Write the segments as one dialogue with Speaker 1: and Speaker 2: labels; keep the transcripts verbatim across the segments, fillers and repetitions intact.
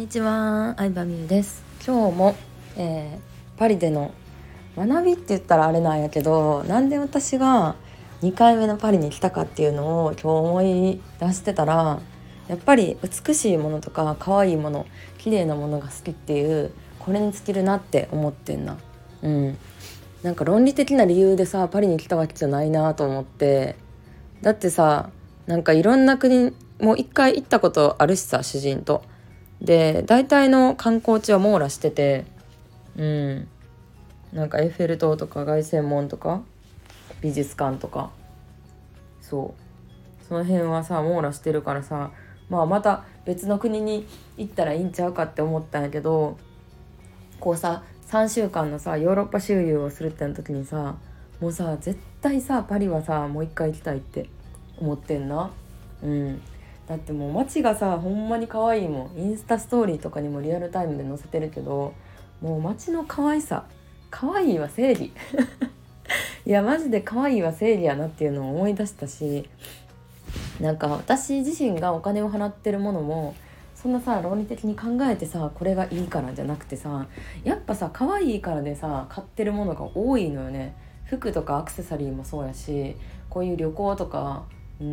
Speaker 1: にちは、相葉美優です。今日も、えー、パリでの学びって言ったらあれなんやけど、なんで私がにかいめのパリに来たかっていうのを今日思い出してたら、やっぱり美しいものとか可愛いもの、綺麗なものが好きっていう、これに尽きるなって思ってんな。うんなんか論理的な理由でさパリに来たわけじゃないなと思って。だってさ、なんかいろんな国もう一回行ったことあるしさ、主人とで大体の観光地は網羅してて、うんなんかエッフェル塔とか凱旋門とか美術館とか、そうその辺はさ網羅してるからさ、まあまた別の国に行ったらいいんちゃうかって思ったんやけど、こうささんしゅうかんのさヨーロッパ周遊をするっての時にさ、もうさ絶対さパリはさもう一回行きたいって思ってんな。うんだってもう街がさほんまに可愛いもん。インスタストーリーとかにもリアルタイムで載せてるけど、もう街の可愛さ、可愛いは正義いやマジで可愛いは正義やなっていうのを思い出したし、なんか私自身がお金を払ってるものもそんなさ論理的に考えてさこれがいいからじゃなくてさ、やっぱさ可愛いからでさ買ってるものが多いのよね。服とかアクセサリーもそうやし、こういう旅行とか、うん、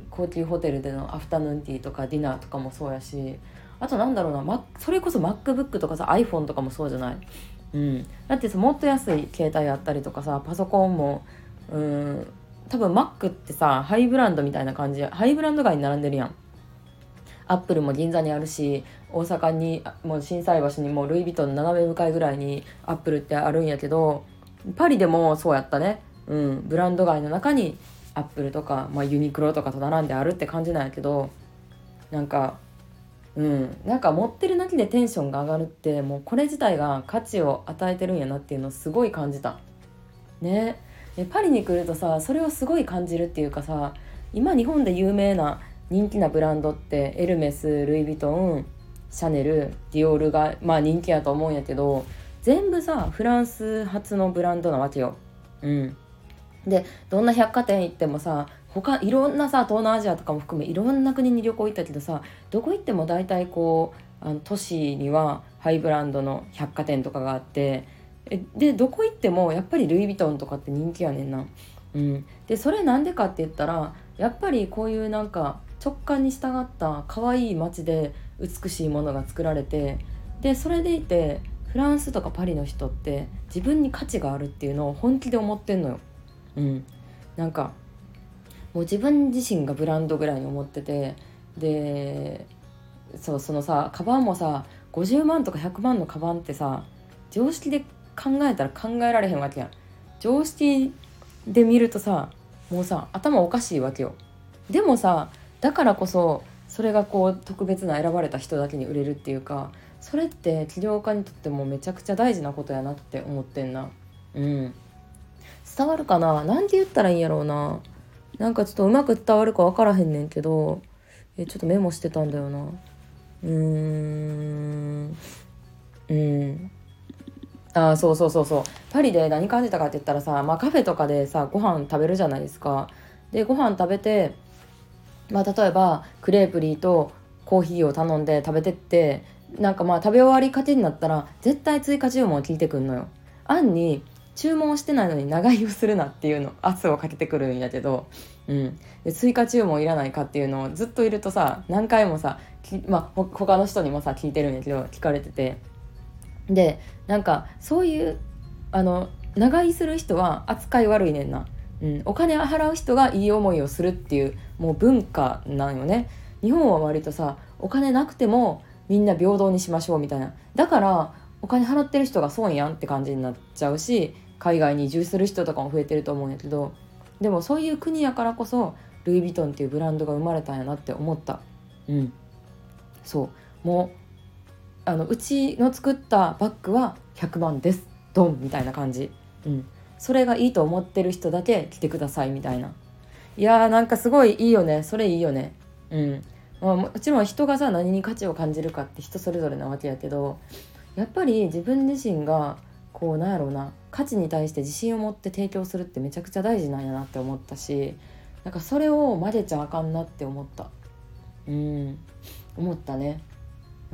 Speaker 1: 高級ホテルでのアフタヌーンティーとかディナーとかもそうやし、あとなんだろうな、ま、それこそ MacBook とかさ iPhone とかもそうじゃない。うん、だってさもっと安い携帯あったりとかさ、パソコンもうん多分 Mac ってさハイブランドみたいな感じ、ハイブランド街に並んでるやん。アップルも銀座にあるし、大阪にもう心斎橋にもルイ・ヴィトンの斜め向かいぐらいにアップルってあるんやけど、パリでもそうやったね。うんブランド街の中にアップルとか、まあ、ユニクロとかと並んであるって感じなんやけど、なんかうんなんか持ってるだけでテンションが上がるって、もうこれ自体が価値を与えてるんやなっていうのをすごい感じたね。でパリに来るとさそれをすごい感じるっていうかさ、今日本で有名な人気なブランドってエルメス、ルイ・ヴィトン、シャネル、ディオールがまあ人気やと思うんやけど、全部さフランス発のブランドなわけよ。うんでどんな百貨店行ってもさ、他いろんなさ東南アジアとかも含めいろんな国に旅行行ったけどさ、どこ行っても大体こうあの都市にはハイブランドの百貨店とかがあって、えでどこ行ってもやっぱりルイ・ヴィトンとかって人気やねんな。うん、でそれなんでかって言ったら、やっぱりこういうなんか直感に従った可愛い街で美しいものが作られて、でそれでいてフランスとかパリの人って自分に価値があるっていうのを本気で思ってんのよ。うん、なんかもう自分自身がブランドぐらいに思ってて、でそうそのさカバンもさごじゅうまんとかひゃくまんのカバンってさ、常識で考えたら考えられへんわけやん。常識で見るとさもうさ頭おかしいわけよ。でもさだからこそそれがこう特別な選ばれた人だけに売れるっていうか、それって起業家にとってもめちゃくちゃ大事なことやなって思ってんな。うん伝わるかな、なんて言ったらいいんやろうな。なんかちょっとうまく伝わるか分からへんねんけど、えちょっとメモしてたんだよな。うーんうんあーそうそうそうそう、パリで何感じたかって言ったらさ、まあ、カフェとかでさご飯食べるじゃないですか。でご飯食べて、まあ、例えばクレープリーとコーヒーを頼んで食べてって、なんかまあ食べ終わりかけになったら絶対追加注文聞いてくんのよ。案に注文してないのに長居をするなっていうの圧をかけてくるんやけど、うん、で追加注文いらないかっていうのをずっといるとさ何回もさまあ、他の人にもさ聞いてるんやけど聞かれてて、でなんかそういうあの長居する人は扱い悪いねんな。うん、お金払う人がいい思いをするっていうもう文化なんよね。日本は割とさお金なくてもみんな平等にしましょうみたいな、だからお金払ってる人が損やんって感じになっちゃうし、海外に移住する人とかも増えてると思うんやけど、でもそういう国やからこそルイ・ヴィトンっていうブランドが生まれたんやなって思った。うんそうもうあのうちの作ったバッグはひゃくまんですドンみたいな感じ。うんそれがいいと思ってる人だけ来てくださいみたいな。いやーなんかすごいいいよね、それいいよね。うんまあ、もちろん人がさ何に価値を感じるかって人それぞれなわけやけど、やっぱり自分自身がこうなんやろうな価値に対して自信を持って提供するってめちゃくちゃ大事なんやなって思ったし、なんかそれを混ぜちゃあかんなって思った。うん思ったね。うん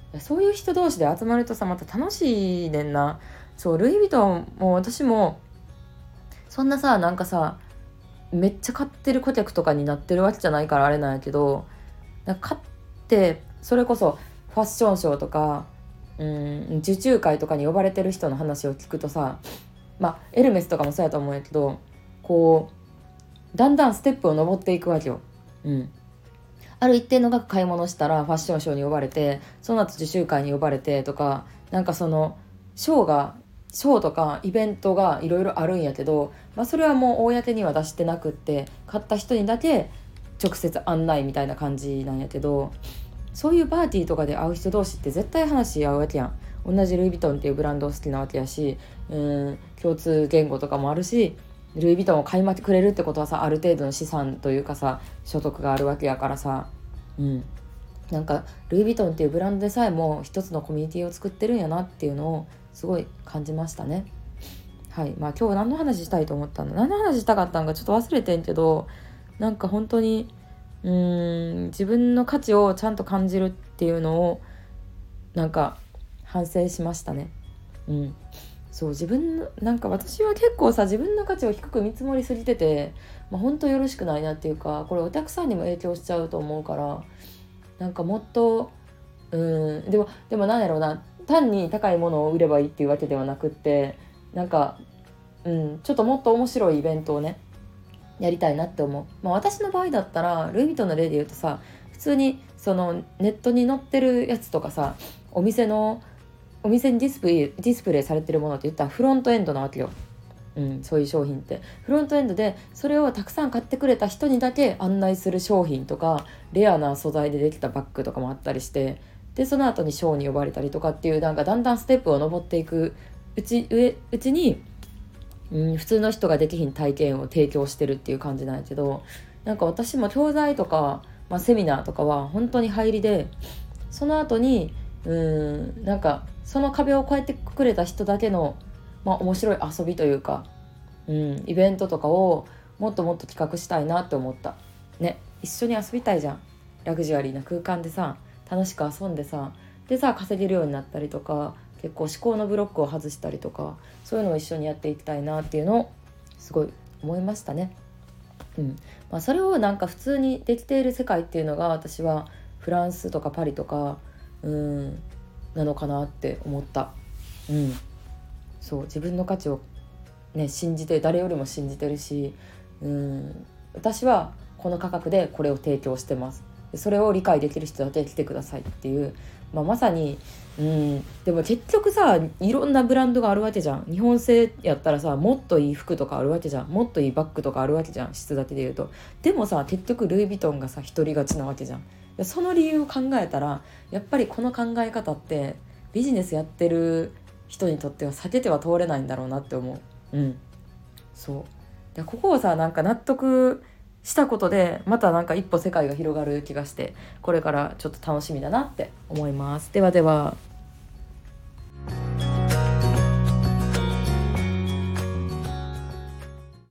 Speaker 1: そういう人同士で集まるとさまた楽しいねんな。そうルイ・ヴィトンも私もそんなさなんかさめっちゃ買ってる顧客とかになってるわけじゃないからあれなんやけど、なんか買ってそれこそファッションショーとかうん受注会とかに呼ばれてる人の話を聞くとさ、まあエルメスとかもそうやと思うんやけど、こうだんだんステップを上っていくわけよ。うん、ある一定の額買い物したらファッションショーに呼ばれて、その後受注会に呼ばれてとか、なんかそのショーがショーとかイベントがいろいろあるんやけど、まあ、それはもう公には出してなくって、買った人にだけ直接案内みたいな感じなんやけど、そういうパーティーとかで会う人同士って絶対話し合うわけやん。同じルイ・ヴィトンっていうブランドを好きなわけやし、うーん共通言語とかもあるし、ルイ・ヴィトンを買いまくれるってことはさある程度の資産というかさ所得があるわけやからさ、うんなんかルイ・ヴィトンっていうブランドでさえも一つのコミュニティを作ってるんやなっていうのをすごい感じましたね。はい、まあ今日何の話したいと思ったの何の話したかったんかちょっと忘れてんけど、なんか本当にうーん自分の価値をちゃんと感じるっていうのをなんか反省しましたね。うんそう自分のなんか私は結構さ自分の価値を低く見積もりすぎてて、まあ、本当よろしくないなっていうか、これお客さんにも影響しちゃうと思うから、なんかもっとうーんでもでもなんやろうな、単に高いものを売ればいいっていうわけではなくって、なんかうんちょっともっと面白いイベントをねやりたいなって思う。まあ、私の場合だったらルイ・ヴィトンの例で言うとさ、普通にそのネットに載ってるやつとかさ、お店のお店にディスプレイディスプレイされてるものって言ったらフロントエンドなわけよ。うん、そういう商品ってフロントエンドでそれをたくさん買ってくれた人にだけ案内する商品とか、レアな素材でできたバッグとかもあったりして、でその後にショーに呼ばれたりとかっていう、なんかだんだんステップを上っていくうち上うちに、うん、普通の人ができひん体験を提供してるっていう感じなんやけど、なんか私も教材とか、まあ、セミナーとかは本当に入りで、その後にうーんなんかその壁を越えてくれた人だけの、まあ、面白い遊びというか、うん、イベントとかをもっともっと企画したいなって思ったね。一緒に遊びたいじゃん。ラグジュアリーな空間でさ楽しく遊んでさ、でさ稼げるようになったりとか、結構思考のブロックを外したりとか、そういうのを一緒にやっていきたいなっていうのをすごい思いましたね。うんまあ、それをなんか普通にできている世界っていうのが私はフランスとかパリとかうんなのかなって思った。うんそう自分の価値をね信じて、誰よりも信じてるし、うん私はこの価格でこれを提供してます、それを理解できる人だけ来てくださいっていう、まあ、まさにうんでも結局さいろんなブランドがあるわけじゃん。日本製やったらさもっといい服とかあるわけじゃん、もっといいバッグとかあるわけじゃん、質だけで言うと。でもさ結局ルイ・ヴィトンがさ一人勝ちなわけじゃん。その理由を考えたらやっぱりこの考え方ってビジネスやってる人にとっては避けては通れないんだろうなって思う。うんそうでここをさなんか納得したことでまたなんか一歩世界が広がる気がして、これからちょっと楽しみだなって思います。ではでは。